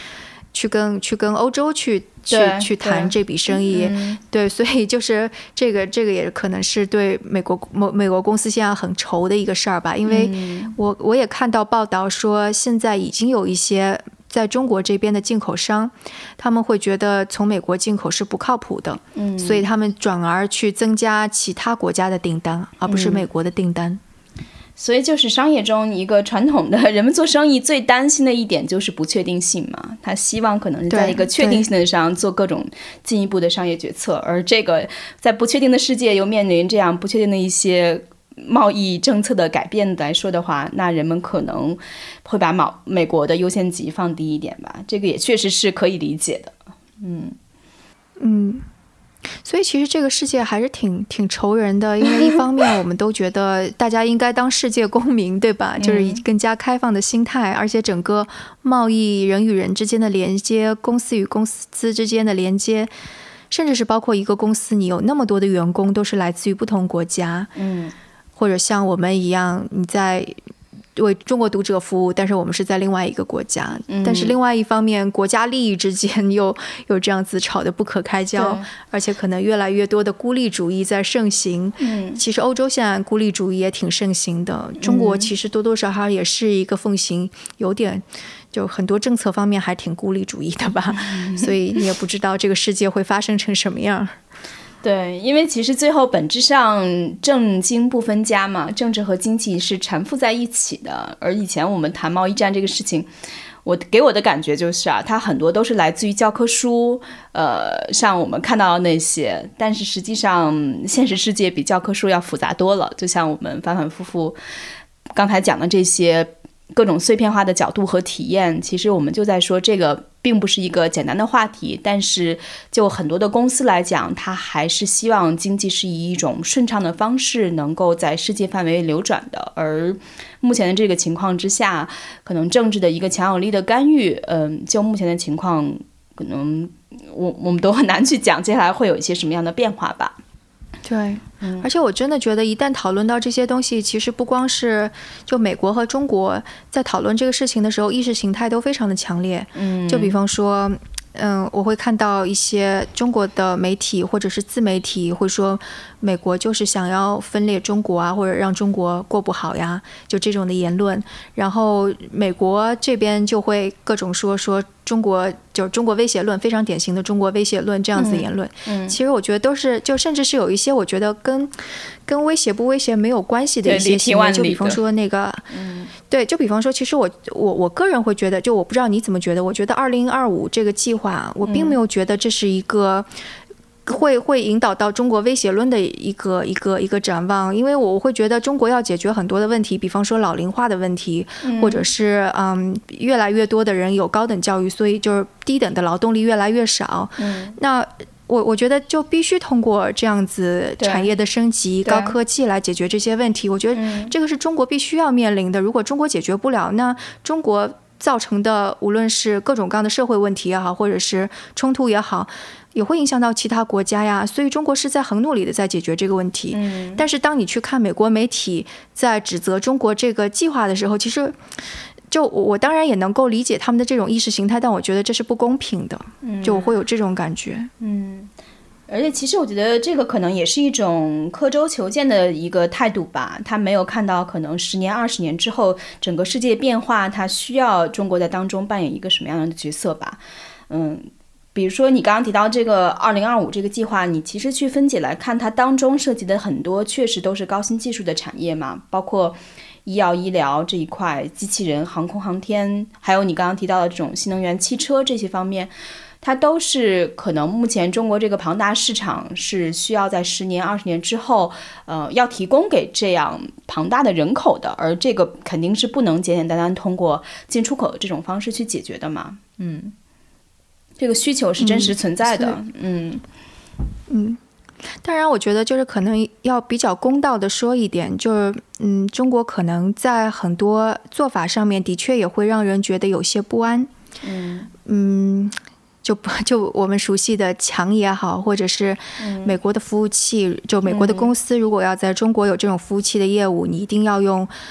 去跟去跟欧洲去去去谈这笔生意， 嗯、 对，所以就是这个这个也可能是对美国美美国公司现在很愁的一个事儿吧，因为我我也看到报道说，现在已经有一些在中国这边的进口商，他们会觉得从美国进口是不靠谱的， 嗯， 所以他们转而去增加其他国家的订单，而不是美国的订单。嗯， 所以就是商业中一个传统的人们做生意最担心的一点就是不确定性嘛，他希望可能是在一个确定性的上做各种进一步的商业决策，而这个在不确定的世界又面临这样不确定的一些贸易政策的改变来说的话，那人们可能会把美国的优先级放低一点吧，这个也确实是可以理解的。嗯嗯，所以其实这个世界还是挺挺愁人的，因为一方面我们都觉得大家应该当世界公民，对吧？就是以更加开放的心态，而且整个贸易人与人之间的连接，公司与公司之间的连接，甚至是包括一个公司你有那么多的员工都是来自于不同国家， 嗯， 或者像我们一样你在为中国读者服务，但是我们是在另外一个国家，嗯，但是另外一方面国家利益之间又有这样子吵得不可开交，而且可能越来越多的孤立主义在盛行， 嗯， 其实欧洲现在孤立主义也挺盛行的，中国其实多多少少也是一个奉行有点就很多政策方面还挺孤立主义的吧，嗯，所以你也不知道这个世界会发生成什么样。 对，因为其实最后本质上政经不分家嘛，政治和经济是缠缚在一起的。而以前我们谈贸易战这个事情，我给我的感觉就是啊，它很多都是来自于教科书，呃，像我们看到的那些，但是实际上现实世界比教科书要复杂多了。就像我们反反复复刚才讲的这些各种碎片化的角度和体验，其实我们就在说这个并不是一个简单的话题，但是就很多的公司来讲，它还是希望经济是以一种顺畅的方式能够在世界范围流转的。而目前的这个情况之下，可能政治的一个强有力的干预，嗯，就目前的情况，可能我我们都很难去讲接下来会有一些什么样的变化吧。 对，而且我真的觉得一旦讨论到这些东西，其实不光是就美国和中国在讨论这个事情的时候，意识形态都非常的强烈。 嗯， 就比方说嗯，我会看到一些中国的媒体或者是自媒体会说美国就是想要分裂中国啊，或者让中国过不好呀，就这种的言论。然后美国这边就会各种说说中国就是中国威胁论，非常典型的中国威胁论这样子的言论。 嗯嗯、 其实我觉得都是就甚至是有一些我觉得跟跟威胁不威胁没有关系的一些行为，就比方说那个， 嗯， 对，就比方说，其实我我我个人会觉得，就我不知道你怎么觉得，我觉得二零二五这个计划，我并没有觉得这是一个。会会引导到中国威胁论的一个一个一个展望，因为我会觉得中国要解决很多的问题，比方说老龄化的问题， 嗯、 或者是嗯越来越多的人有高等教育，所以就是低等的劳动力越来越少。 嗯， 那我我觉得就必须通过这样子产业的升级、高科技来解决这些问题。我觉得这个是中国必须要面临的。如果中国解决不了，那中国造成的无论是各种各样的社会问题也好，或者是冲突也好，也会影响到其他国家呀。所以中国是在很努力的在解决这个问题。 嗯， 但是当你去看美国媒体在指责中国这个计划的时候，其实就我当然也能够理解他们的这种意识形态，但我觉得这是不公平的。就我会有这种感觉。 嗯，而且其实我觉得这个可能也是一种刻舟求剑的一个态度吧，他没有看到可能十年二十年之后整个世界变化，他需要中国在当中扮演一个什么样的角色吧。嗯，比如说你刚刚提到这个二零二五这个计划，你其实去分解来看，它当中涉及的很多确实都是高新技术的产业嘛，包括医药医疗这一块，机器人、航空航天，还有你刚刚提到的这种新能源汽车这些方面，它都是可能目前中国这个庞大市场是需要在十年二十年之后呃，要提供给这样庞大的人口的，而这个肯定是不能简简单单通过进出口这种方式去解决的嘛。嗯，这个需求是真实存在的。嗯嗯，当然我觉得就是可能要比较公道的说一点，就是嗯，中国可能在很多做法上面的确也会让人觉得有些不安。 嗯嗯，就就我们熟悉的强也好，或者是美国的服务器，就美国的公司如果要在中国有这种服务器的业务，你一定要用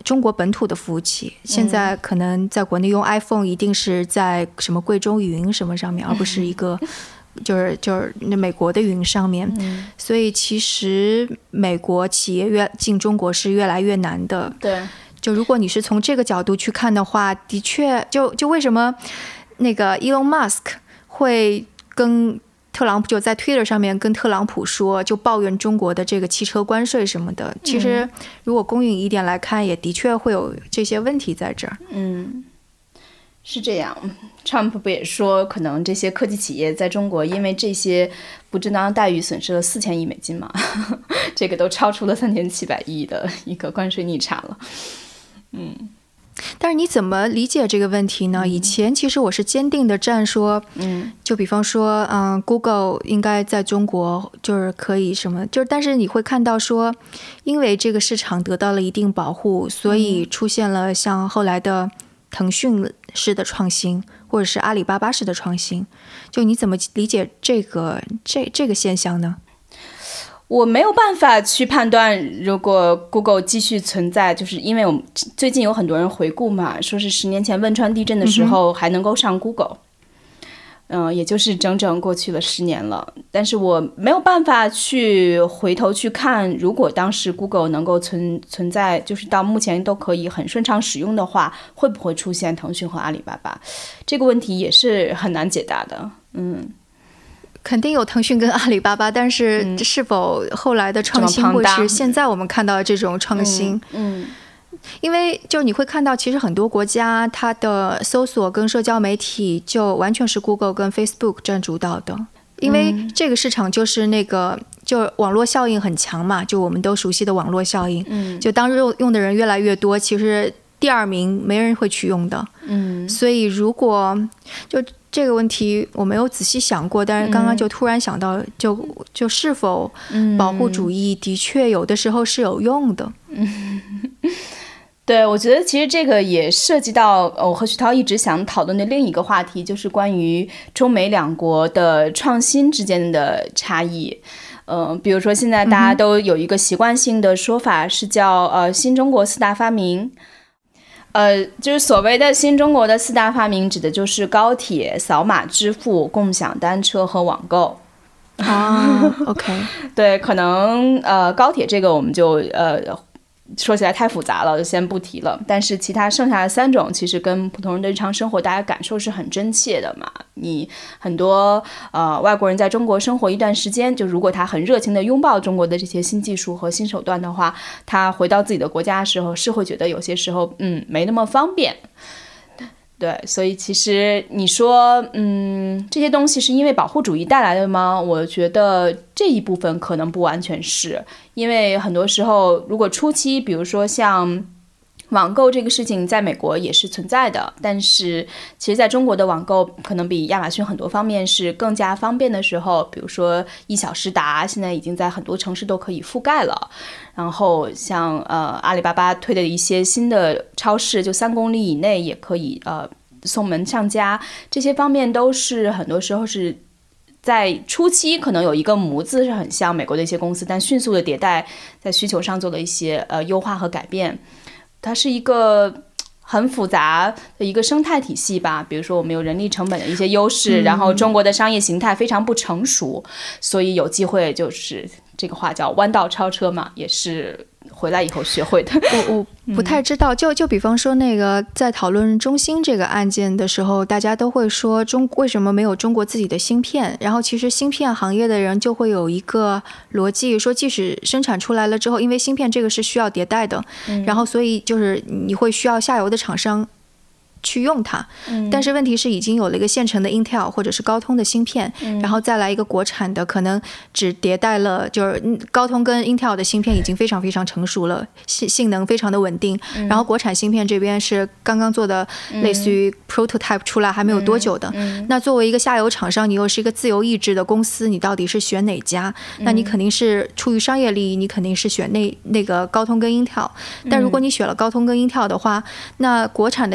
中国本土的服务器，现在可能在国内用 iPhone 一定是在什么贵州云什么上面，而不是一个就是就是那美国的云上面、嗯、所以其实美国企业越进中国是越来越难的。 对， 就如果你是从这个角度去看的话，的确就就为什么那个 Elon Musk 会跟特朗普就在 Twitter 上面跟特朗普说，就抱怨中国的这个汽车关税什么的。其实如果公允一点来看，也的确会有这些问题在这儿。 嗯，是这样。Trump 不也说，可能这些科技企业在中国因为这些不正当待遇损失了四千亿美金嘛？这个都超出了三千七百亿的一个关税逆差了。嗯。 但是你怎么理解这个问题呢？以前其实我是坚定的站说，嗯，就比方说，嗯 ，Google 应该在中国就是可以什么，就是但是你会看到说，因为这个市场得到了一定保护，所以出现了像后来的腾讯式的创新，或者是阿里巴巴式的创新。就你怎么理解这个这这个现象呢？ 我没有办法去判断，如果 Google 继续存在，就是因为我们最近有很多人回顾嘛，说是十年前汶川地震的时候还能够上 Google， 嗯、呃，也就是整整过去了十年了。但是我没有办法去回头去看，如果当时 Google 能够存存在，就是到目前都可以很顺畅使用的话，会不会出现腾讯和阿里巴巴？这个问题也是很难解答的，嗯。 肯定有腾讯跟阿里巴巴，但是是否后来的创新会是现在我们看到的这种创新？ 嗯，嗯因为就你会看到，其实很多国家它的搜索跟社交媒体就完全是 Google 跟 Facebook 占主导的，因为这个市场就是那个就网络效应很强嘛，就我们都熟悉的网络效应。嗯，就当用用的人越来越多，其实第二名没人会去用的。嗯，所以如果就这个问题我没有仔细想过，但是刚刚就突然想到，就就是否保护主义的确有的时候是有用的。 嗯，对，我觉得其实这个也涉及到我和徐涛一直想讨论的另一个话题，就是关于中美两国的创新之间的差异。嗯、呃，比如说现在大家都有一个习惯性的说法是叫呃新中国四大发明。呃，就是所谓的新中国的四大发明，指的就是高铁、扫码支付、共享单车和网购。 啊、oh, ，OK， 对，可能呃高铁这个我们就呃说起来太复杂了，就先不提了。但是其他剩下的三种，其实跟普通人的日常生活大家感受是很真切的嘛。你很多呃外国人在中国生活一段时间，就如果他很热情的拥抱中国的这些新技术和新手段的话，他回到自己的国家的时候，是会觉得有些时候嗯没那么方便。对，所以其实你说，嗯，这些东西是因为保护主义带来的吗？我觉得这一部分可能不完全是，因为很多时候，如果初期，比如说像网购这个事情，在美国也是存在的，但是其实在中国的网购可能比亚马逊很多方面是更加方便的时候，比如说一小时达，现在已经在很多城市都可以覆盖了。然后像呃阿里巴巴推的一些新的超市，就三公里以内也可以呃送门上家，这些方面都是很多时候是在初期可能有一个模子是很像美国的一些公司，但迅速的迭代，在需求上做了一些呃优化和改变。它是一个很复杂的一个生态体系吧，比如说我们有人力成本的一些优势、嗯、然后中国的商业形态非常不成熟，所以有机会就是这个话叫弯道超车嘛，也是回来以后学会的。 我我不太知道，就就比方说那个在讨论中兴这个案件的时候，大家都会说中为什么没有中国自己的芯片，然后其实芯片行业的人就会有一个逻辑说，即使生产出来了之后，因为芯片这个是需要迭代的、嗯、然后所以就是你会需要下游的厂商去用它、嗯、但是问题是已经有了一个现成的 Intel 或者是高通的芯片、嗯、然后再来一个国产的，可能只迭代了，就是高通跟 Intel 的芯片已经非常非常成熟了，性能非常的稳定、嗯、然后国产芯片这边是刚刚做的类似于 prototype 出来还没有多久的、嗯嗯、那作为一个下游厂商，你又是一个自由意志的公司，你到底是选哪家、嗯、那你肯定是出于商业利益，你肯定是选那那个高通跟 Intel， 但如果你选了高通跟 Intel 的话，那国产的芯片它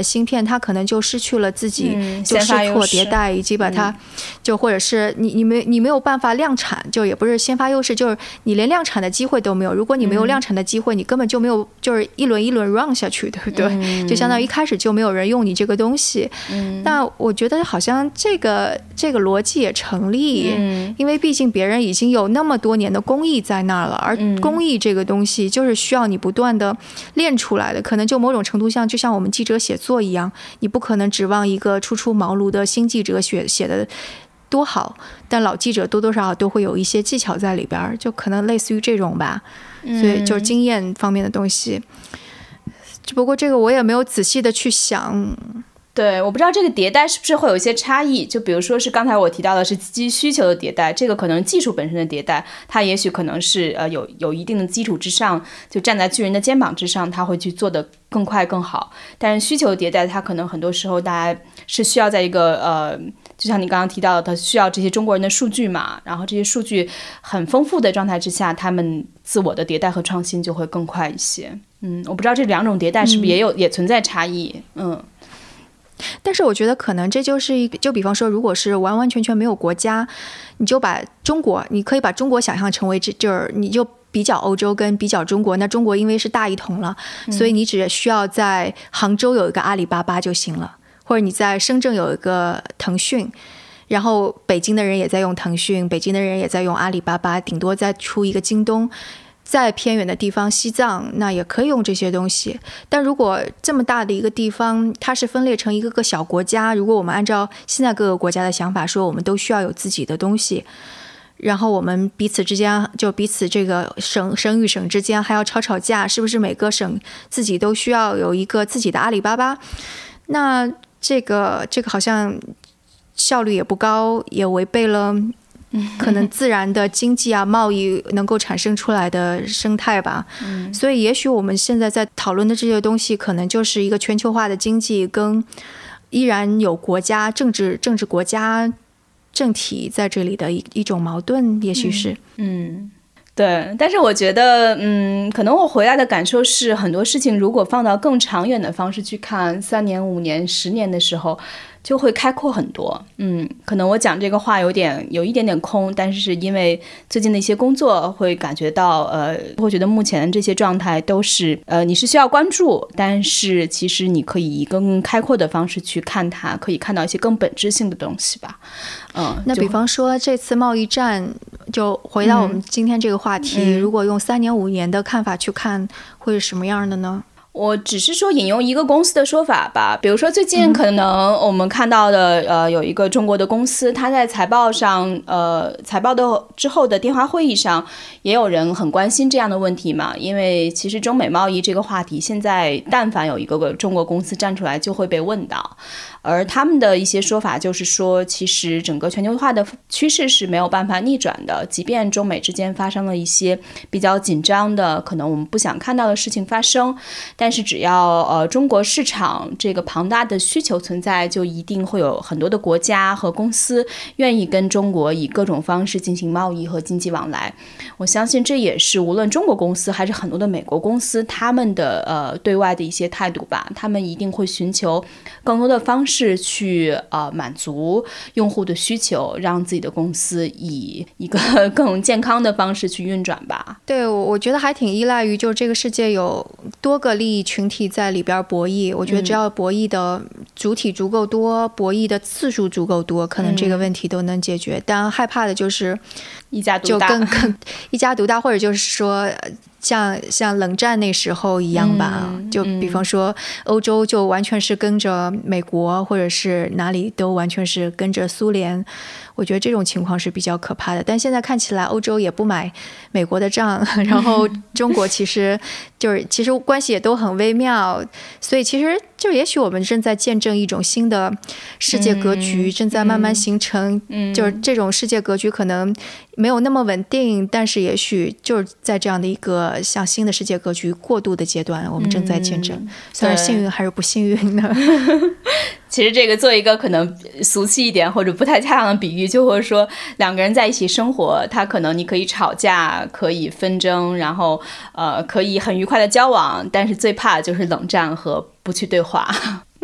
它可能就失去了自己就试错迭代，以及把它就或者是你你没你没有办法量产，就也不是先发优势，就是你连量产的机会都没有。如果你没有量产的机会，你根本就没有就是一轮一轮 run 下去，对不对？就相当于一开始就没有人用你这个东西。但我觉得好像这个这个逻辑也成立，因为毕竟别人已经有那么多年的工艺在那儿了，而工艺这个东西就是需要你不断的练出来的，可能就某种程度上就像我们记者写作一样，你不可能指望一个初出茅庐的新记者写写的多好，但老记者多多少少都会有一些技巧在里边，就可能类似于这种吧，所以就是经验方面的东西。只不过这个我也没有仔细的去想。 对，我不知道这个迭代是不是会有一些差异，就比如说是刚才我提到的是基于需求的迭代，这个可能技术本身的迭代，它也许可能是呃有有一定的基础之上，就站在巨人的肩膀之上，它会去做得更快更好。但是需求迭代，它可能很多时候大家是需要在一个呃，就像你刚刚提到的，它需要这些中国人的数据嘛，然后这些数据很丰富的状态之下，他们自我的迭代和创新就会更快一些。嗯，我不知道这两种迭代是不是也有、嗯、也存在差异。嗯。 但是我觉得可能这就是一个，就比方说如果是完完全全没有国家，你就把中国，你可以把中国想象成为这就是你就比较欧洲跟比较中国，那中国因为是大一统了、嗯、所以你只需要在杭州有一个阿里巴巴就行了，或者你在深圳有一个腾讯，然后北京的人也在用腾讯，北京的人也在用阿里巴巴，顶多再出一个京东，在偏远的地方西藏那也可以用这些东西。但如果这么大的一个地方它是分裂成一个个小国家，如果我们按照现在各个国家的想法说我们都需要有自己的东西，然后我们彼此之间就彼此这个省省与省之间还要吵吵架，是不是每个省自己都需要有一个自己的阿里巴巴，那这个这个好像效率也不高，也违背了可能自然的经济啊贸易能够产生出来的生态吧、嗯、所以也许我们现在在讨论的这些东西可能就是一个全球化的经济跟依然有国家政治政治国家政体在这里的一一种矛盾，也许是嗯, 嗯对。但是我觉得嗯，可能我回来的感受是很多事情如果放到更长远的方式去看，三年五年十年的时候就会开阔很多。嗯，可能我讲这个话有点有一点点空，但是因为最近的一些工作会感觉到呃，会觉得目前这些状态都是呃，你是需要关注，但是其实你可以以更开阔的方式去看它，可以看到一些更本质性的东西吧。嗯， 那比方说这次贸易战，就回到我们今天这个话题、嗯、如果用三年五年的看法去看会是什么样的呢？ 我只是说引用一个公司的说法吧，比如说最近可能我们看到的、嗯、呃，有一个中国的公司，它在财报上呃，财报的之后的电话会议上也有人很关心这样的问题嘛，因为其实中美贸易这个话题现在但凡有一个中国公司站出来就会被问到，而他们的一些说法就是说其实整个全球化的趋势是没有办法逆转的，即便中美之间发生了一些比较紧张的可能我们不想看到的事情发生，但是只要呃中国市场这个庞大的需求存在，就一定会有很多的国家和公司愿意跟中国以各种方式进行贸易和经济往来。我相信这也是无论中国公司还是很多的美国公司他们的呃对外的一些态度吧，他们一定会寻求更多的方式去呃满足用户的需求，让自己的公司以一个更健康的方式去运转吧。 对，我觉得还挺依赖于就是这个世界有多个利益群体在里边博弈，我觉得只要博弈的主体足够多、嗯、博弈的次数足够多，可能这个问题都能解决、嗯、但害怕的就是一家独大， 就更更一家独大，或者就是说像像冷战那时候一样吧、嗯、就比方说欧洲就完全是跟着美国，或者是哪里都完全是跟着苏联，我觉得这种情况是比较可怕的。但现在看起来欧洲也不买美国的账，然后中国其实就是其实关系也都很微妙，所以其实就也许我们正在见证一种新的世界格局、嗯、正在慢慢形成、嗯、就是这种世界格局可能没有那么稳定，但是也许就是在这样的一个向新的世界格局过渡的阶段我们正在见证、嗯、虽然幸运还是不幸运呢其实这个做一个可能俗气一点或者不太恰当的比喻，就会说两个人在一起生活，他可能你可以吵架，可以纷争，然后呃可以很愉快的交往，但是最怕就是冷战和不去对话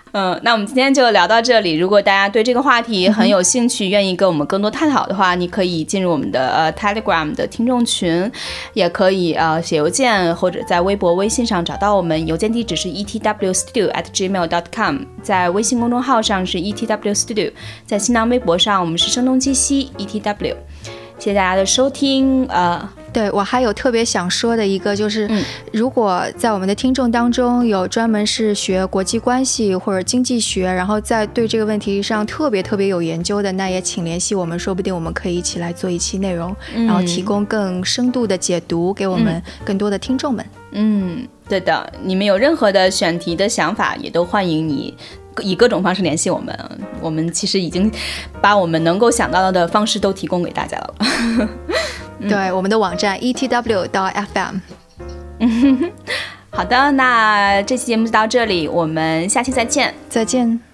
嗯，那我们今天就聊到这里。如果大家对这个话题很有兴趣，嗯、愿意跟我们更多探讨的话，你可以进入我们的呃 Telegram 的听众群，也可以呃写邮件或者在微博、微信上找到我们，邮件地址是 e t w studio at gmail dot com， 在微信公众号上是 e t w studio， 在新浪微博上我们是声东击西 E T W。谢谢大家的收听，呃。 对，我还有特别想说的一个就是、嗯、如果在我们的听众当中有专门是学国际关系或者经济学，然后在对这个问题上特别特别有研究的，那也请联系我们，说不定我们可以一起来做一期内容、嗯、然后提供更深度的解读给我们更多的听众们。 嗯，对的，你们有任何的选题的想法也都欢迎你以各种方式联系我们，我们其实已经把我们能够想到的方式都提供给大家了。 对、嗯、我们的网站 E T W 到 F M。 好的，那这期节目就到这里，我们下期再见。 再见。